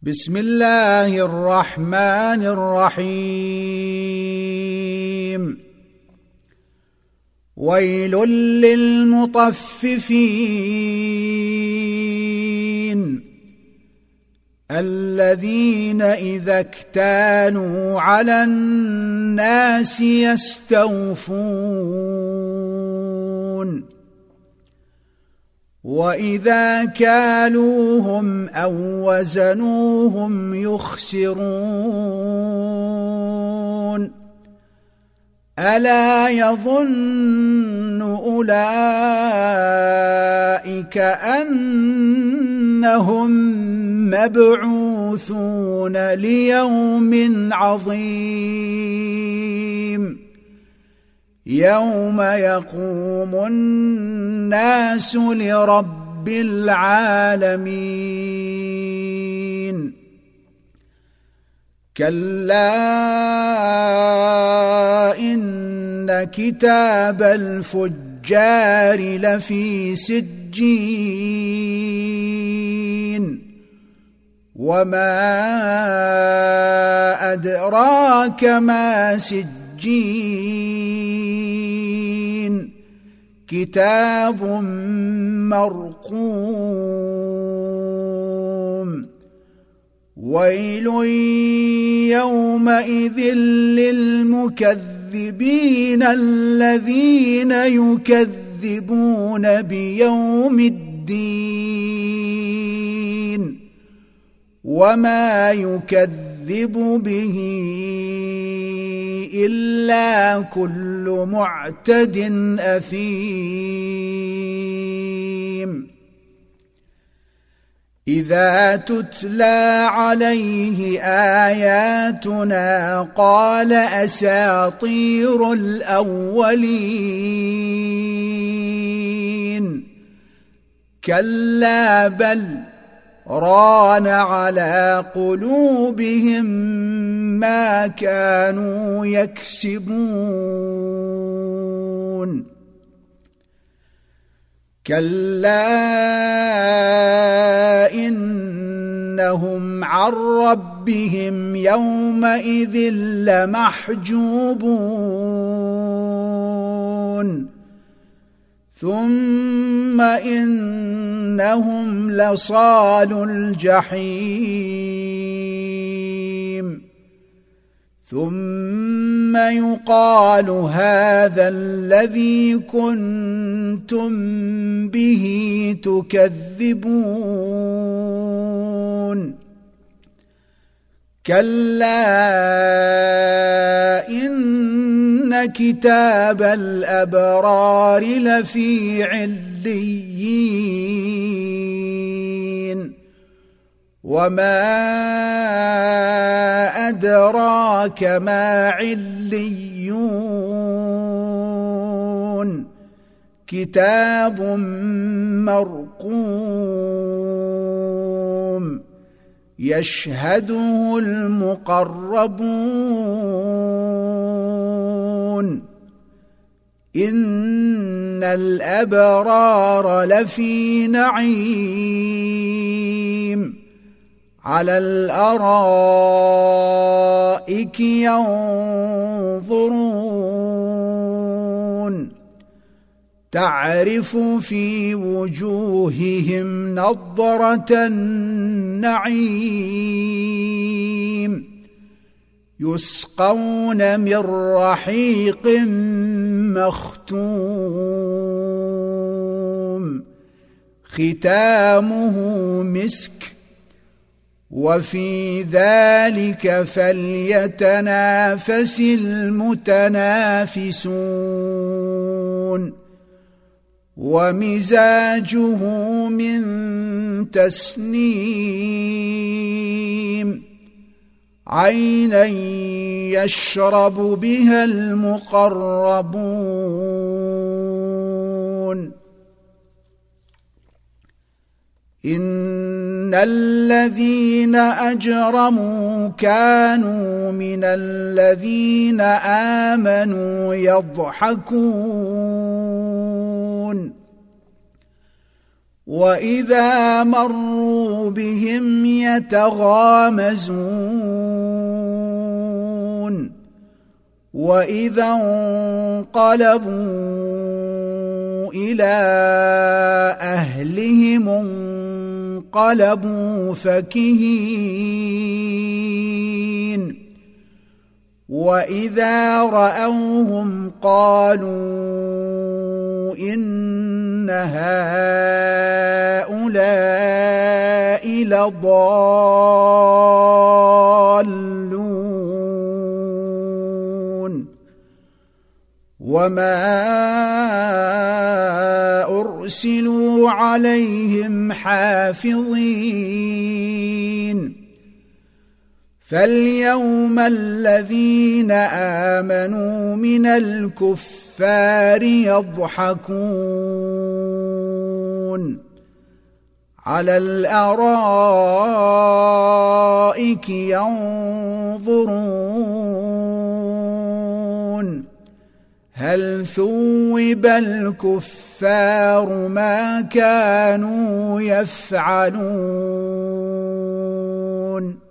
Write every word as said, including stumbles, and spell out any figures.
بسم الله الرحمن الرحيم. ويل للمطففين الذين إذا اكتالوا على الناس يستوفون وإذا كالوهم أو وزنوهم يخسرون ألا يظن أولئك أنهم مبعوثون ليوم عظيم يوم يقوم الناس لرب العالمين كلا إن كتاب الفجار لفي سجين وما أدراك ما سجين كتاب مرقوم ويل يومئذ للمكذبين الذين يكذبون بيوم الدين وما يكذب به إلا كل معتد أثيم إذا تتلى عليه آياتنا قال أساطير الأولين كلا بل ران على قلوبهم ما كانوا يكسبون كلا إنهم عن ربهم يومئذ لمحجوبون ثم إنهم لصالو الجحيم ثم يقال هذا الذي كنتم به تكذبون كلا إن كتاب الأبرار لفي عليين وما أدراك ما عليون كتاب مرقوم يشهده المقربون إن الأبرار لفي نعيم على الأرائك ينظرون تعرف في وجوههم نضرة النعيم يسقون من رحيق مختوم ختامه مسك وفي ذلك فليتنافس المتنافسون ومزاجه من تسنيم عينا يشرب بها المقربون إن الذين أجرموا كانوا من الذين آمنوا يضحكون وإذا مروا بهم يتغامزون وإذا انقلبوا إلى أهلهم انقلبوا فكهين وإذا رأوهم قالوا إن هؤلاء لضالون وما أرسلوا عليهم حافظين فاليوم الذين آمنوا من الكفار يضحكون على الأرائك ينظرون هل ثوب الكفار ما كانوا يفعلون